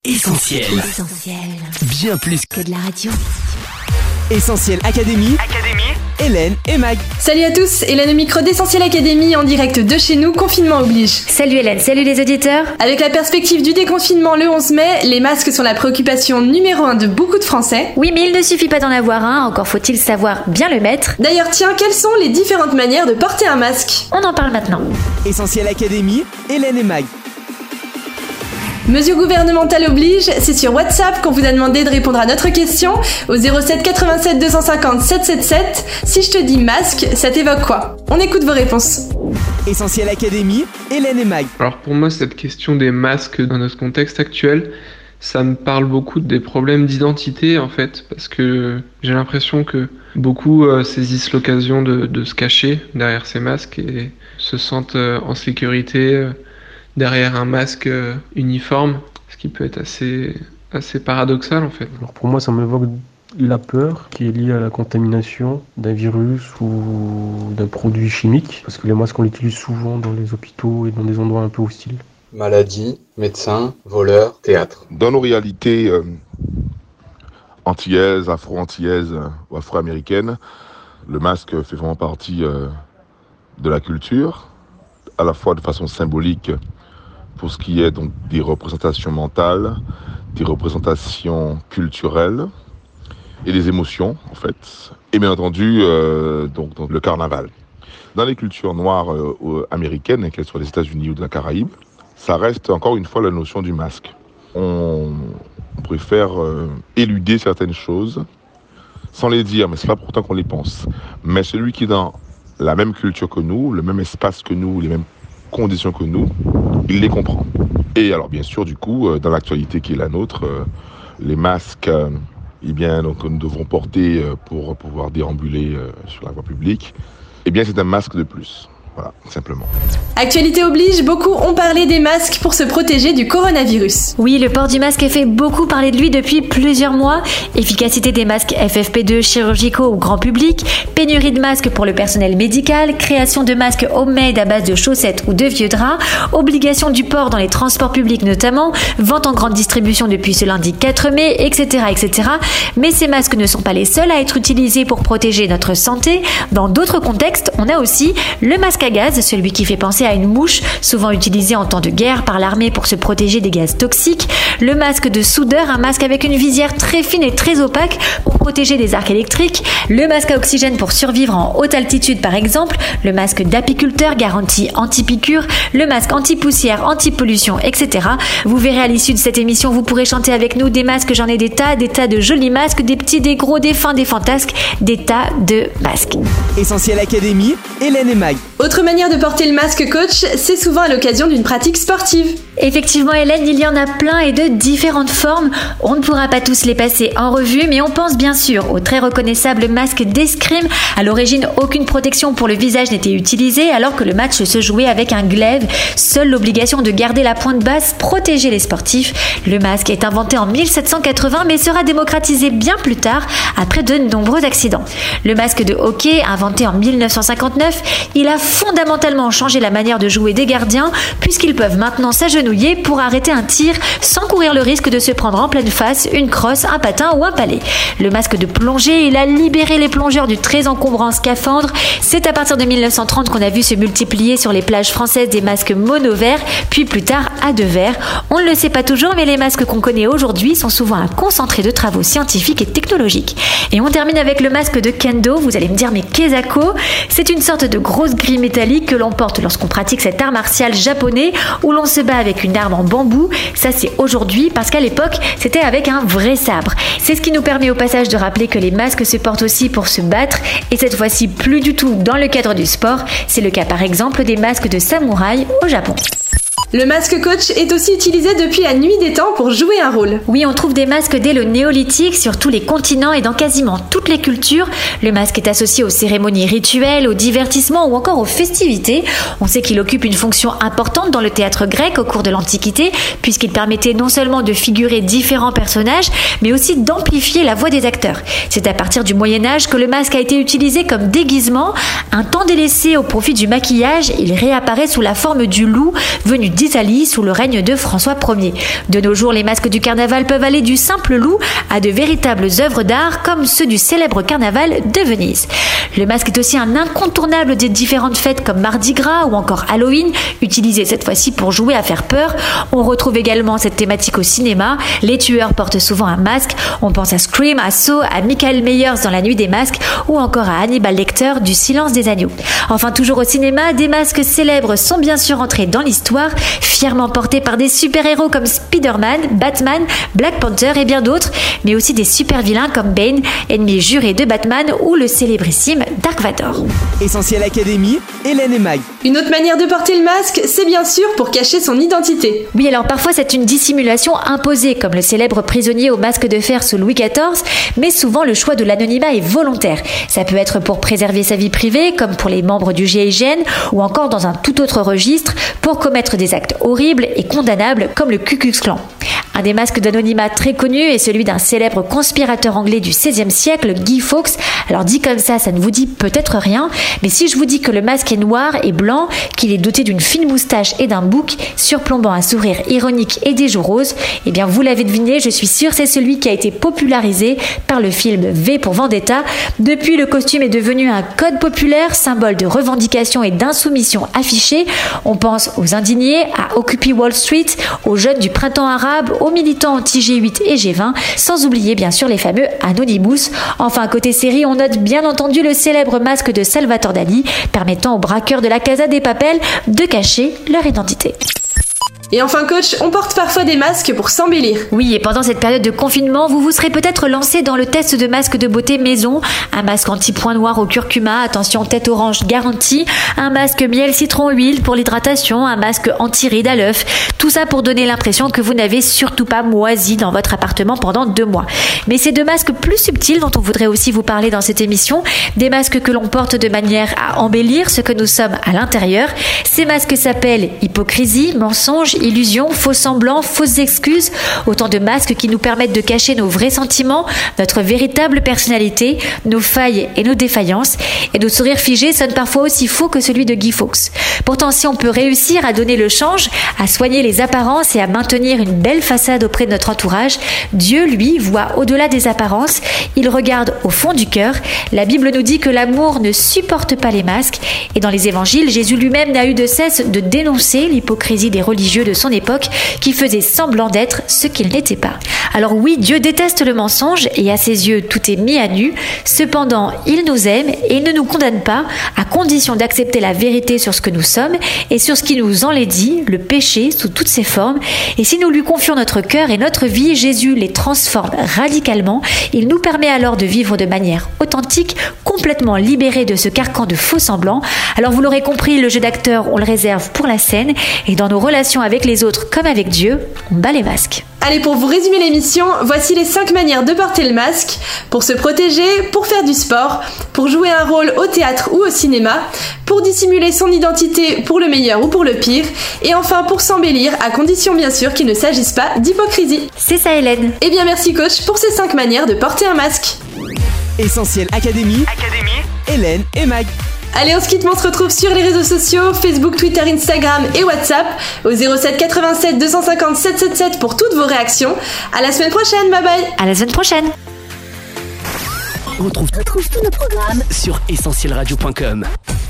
Essentiel. Bien plus que de la radio. Essentiel Académie. Hélène et Mag. Salut à tous, Hélène au micro d'Essentiel Académie en direct de chez nous, confinement oblige. Salut Hélène, salut les auditeurs. Avec la perspective du déconfinement le 11 mai, les masques sont la préoccupation numéro 1 de beaucoup de Français. Oui, mais il ne suffit pas d'en avoir un, encore faut-il savoir bien le mettre. D'ailleurs, tiens, quelles sont les différentes manières de porter un masque ? On en parle maintenant. Essentiel Académie, Hélène et Mag. Mesure gouvernementale oblige, c'est sur WhatsApp qu'on vous a demandé de répondre à notre question au 07 87 250 777. Si je te dis masque, ça t'évoque quoi ? On écoute vos réponses. Essentiel Académie, Hélène et Mag. Alors pour moi, cette question des masques dans notre contexte actuel, ça me parle beaucoup des problèmes d'identité en fait, parce que j'ai l'impression que beaucoup saisissent l'occasion de se cacher derrière ces masques et se sentent en sécurité derrière un masque uniforme, ce qui peut être assez paradoxal en fait. Alors pour moi, ça m'évoque la peur qui est liée à la contamination d'un virus ou d'un produit chimique, parce que les masques on l'utilise souvent dans les hôpitaux et dans des endroits un peu hostiles. Maladie, médecins, voleurs, théâtre. Dans nos réalités antillaises, afro-antillaises ou afro-américaines, le masque fait vraiment partie de la culture, à la fois de façon symbolique pour ce qui est donc des représentations mentales, des représentations culturelles et des émotions en fait, et bien entendu donc dans le carnaval. Dans les cultures noires américaines, qu'elles soient des États-Unis ou de la Caraïbe, ça reste encore une fois la notion du masque. On préfère éluder certaines choses sans les dire, mais c'est pas pourtant qu'on les pense. Mais celui qui est dans la même culture que nous, le même espace que nous, les mêmes conditions que nous, il les comprend. Et alors bien sûr, du coup, dans l'actualité qui est la nôtre, les masques, eh bien, donc, nous devrons porter pour pouvoir déambuler sur la voie publique, eh bien c'est un masque de plus. Voilà, simplement. Actualité oblige, beaucoup ont parlé des masques pour se protéger du coronavirus. Oui, le port du masque fait beaucoup parler de lui depuis plusieurs mois. Efficacité des masques FFP2 chirurgicaux au grand public, pénurie de masques pour le personnel médical, création de masques homemade à base de chaussettes ou de vieux draps, obligation du port dans les transports publics notamment, vente en grande distribution depuis ce lundi 4 mai, etc., etc. Mais ces masques ne sont pas les seuls à être utilisés pour protéger notre santé. Dans d'autres contextes, on a aussi le masque à gaz, celui qui fait penser à une mouche, souvent utilisé en temps de guerre par l'armée pour se protéger des gaz toxiques. Le masque de soudeur, un masque avec une visière très fine et très opaque pour protéger des arcs électriques. Le masque à oxygène pour survivre en haute altitude par exemple. Le masque d'apiculteur garantie anti-piqûre. Le masque anti-poussière, anti-pollution, etc. Vous verrez à l'issue de cette émission, vous pourrez chanter avec nous des masques, j'en ai des tas de jolis masques, des petits, des gros, des fins, des fantasques, des tas de masques. Essentiel Académie, Hélène et Mag. Autre manière de porter le masque coach, c'est souvent à l'occasion d'une pratique sportive. Effectivement Hélène, il y en a plein et de différentes formes. On ne pourra pas tous les passer en revue, mais on pense bien sûr au très reconnaissable masque d'escrime. À l'origine, aucune protection pour le visage n'était utilisée alors que le match se jouait avec un glaive. Seule l'obligation de garder la pointe basse protégeait les sportifs. Le masque est inventé en 1780 mais sera démocratisé bien plus tard après de nombreux accidents. Le masque de hockey, inventé en 1959, il a fondamentalement changé la manière de jouer des gardiens puisqu'ils peuvent maintenant s'agenouiller pour arrêter un tir sans courir le risque de se prendre en pleine face une crosse, un patin ou un palais. Le masque de plongée, il a libéré les plongeurs du très encombrant scaphandre. C'est à partir de 1930 qu'on a vu se multiplier sur les plages françaises des masques mono-verts, puis plus tard à deux verts. On ne le sait pas toujours, mais les masques qu'on connaît aujourd'hui sont souvent un concentré de travaux scientifiques et technologiques. Et on termine avec le masque de kendo. Vous allez me dire, mais Kezako, c'est une sorte de grosse grille métallique que l'on porte lorsqu'on pratique cet art martial japonais où l'on se bat avec une arme en bambou. Ça, c'est aujourd'hui parce qu'à l'époque, c'était avec un vrai sabre. C'est ce qui nous permet au passage de rappeler que les masques se portent aussi pour se battre et cette fois-ci plus du tout dans le cadre du sport. C'est le cas par exemple des masques de samouraï au Japon. Le masque coach est aussi utilisé depuis la nuit des temps pour jouer un rôle. Oui, on trouve des masques dès le néolithique sur tous les continents et dans quasiment toutes les cultures. Le masque est associé aux cérémonies rituelles, aux divertissements ou encore aux festivités. On sait qu'il occupe une fonction importante dans le théâtre grec au cours de l'Antiquité, puisqu'il permettait non seulement de figurer différents personnages, mais aussi d'amplifier la voix des acteurs. C'est à partir du Moyen-Âge que le masque a été utilisé comme déguisement. Un temps délaissé au profit du maquillage, il réapparaît sous la forme du loup, venu d'Italie sous le règne de François Ier. De nos jours, les masques du carnaval peuvent aller du simple loup à de véritables œuvres d'art comme ceux du célèbre carnaval de Venise. Le masque est aussi un incontournable des différentes fêtes comme Mardi Gras ou encore Halloween, utilisé cette fois-ci pour jouer à faire peur. On retrouve également cette thématique au cinéma. Les tueurs portent souvent un masque. On pense à Scream, à Saw, à Michael Myers dans La Nuit des Masques ou encore à Hannibal Lecter du Silence des Agneaux. Enfin, toujours au cinéma, des masques célèbres sont bien sûr entrés dans l'histoire, fièrement portés par des super-héros comme Spider-Man, Batman, Black Panther et bien d'autres, mais aussi des super-vilains comme Bane, ennemi juré de Batman, ou le célébrissime Dark Vador. Essentiel Académie, Hélène et Mag. Une autre manière de porter le masque, c'est bien sûr pour cacher son identité. Oui, alors parfois c'est une dissimulation imposée, comme le célèbre prisonnier au masque de fer sous Louis XIV, mais souvent le choix de l'anonymat est volontaire. Ça peut être pour préserver sa vie privée, comme pour les membres du GIGN, ou encore dans un tout autre registre, pour commettre des actes horribles et condamnables, comme le Ku Klux Klan. Un des masques d'anonymat très connus est celui d'un célèbre conspirateur anglais du XVIe siècle, Guy Fawkes. Alors dit comme ça ne vous dit peut-être rien, mais si je vous dis que le masque est noir et blanc, qu'il est doté d'une fine moustache et d'un bouc, surplombant un sourire ironique et des joues roses, eh bien vous l'avez deviné, je suis sûre, c'est celui qui a été popularisé par le film V pour Vendetta. Depuis, le costume est devenu un code populaire, symbole de revendication et d'insoumission affichée. On pense aux indignés, à Occupy Wall Street, aux jeunes du printemps arabe, aux militants anti-G8 et G20, sans oublier bien sûr les fameux Anonymous. Enfin, côté série, on note bien entendu le célèbre masque de Salvatore Dali, permettant aux braqueurs de la Casa de Papel de cacher leur identité. Et enfin coach, on porte parfois des masques pour s'embellir. Oui, et pendant cette période de confinement, vous vous serez peut-être lancé dans le test de masque de beauté maison. Un masque anti-point noir au curcuma, attention tête orange garantie. Un masque miel citron huile pour l'hydratation. Un masque anti-rides à l'œuf. Tout ça pour donner l'impression que vous n'avez surtout pas moisi dans votre appartement pendant 2 mois. Mais c'est de masques plus subtils dont on voudrait aussi vous parler dans cette émission. Des masques que l'on porte de manière à embellir ce que nous sommes à l'intérieur. Ces masques s'appellent hypocrisie, mensonge, illusion, faux semblants, fausses excuses, autant de masques qui nous permettent de cacher nos vrais sentiments, notre véritable personnalité, nos failles et nos défaillances. Et nos sourires figés sonnent parfois aussi faux que celui de Guy Fawkes. Pourtant, si on peut réussir à donner le change, à soigner les apparences et à maintenir une belle façade auprès de notre entourage, Dieu, lui, voit au-delà des apparences. Il regarde au fond du cœur. La Bible nous dit que l'amour ne supporte pas les masques. Et dans les évangiles, Jésus lui-même n'a eu de cesse de dénoncer l'hypocrisie des religieux de son époque qui faisaient semblant d'être ce qu'ils n'étaient pas. Alors oui, Dieu déteste le mensonge et à ses yeux tout est mis à nu. Cependant, il nous aime et il ne nous condamne pas à condition d'accepter la vérité sur ce que nous sommes et sur ce qui nous enlaidit, le péché sous toutes ses formes. Et si nous lui confions notre cœur et notre vie, Jésus les transforme radicalement. Il nous permet alors de vivre de manière authentique, complètement libéré de ce carcan de faux semblants. Alors vous l'aurez compris, le jeu d'acteur, on le réserve pour la scène et dans nos relations avec les autres comme avec Dieu, on bat les masques. Allez, pour vous résumer l'émission, voici les 5 manières de porter le masque: pour se protéger, pour faire du sport, pour jouer un rôle au théâtre ou au cinéma, pour dissimuler son identité pour le meilleur ou pour le pire, et enfin pour s'embellir, à condition bien sûr qu'il ne s'agisse pas d'hypocrisie. C'est ça, Hélène. Eh bien merci coach pour ces 5 manières de porter un masque. Essentiel Académie, Hélène et Mag. Allez, on se quitte, mais on se retrouve sur les réseaux sociaux, Facebook, Twitter, Instagram et WhatsApp au 07 87 250 777 pour toutes vos réactions. À la semaine prochaine, bye bye. À la semaine prochaine. On retrouve tous nos programmes sur essentielradio.com.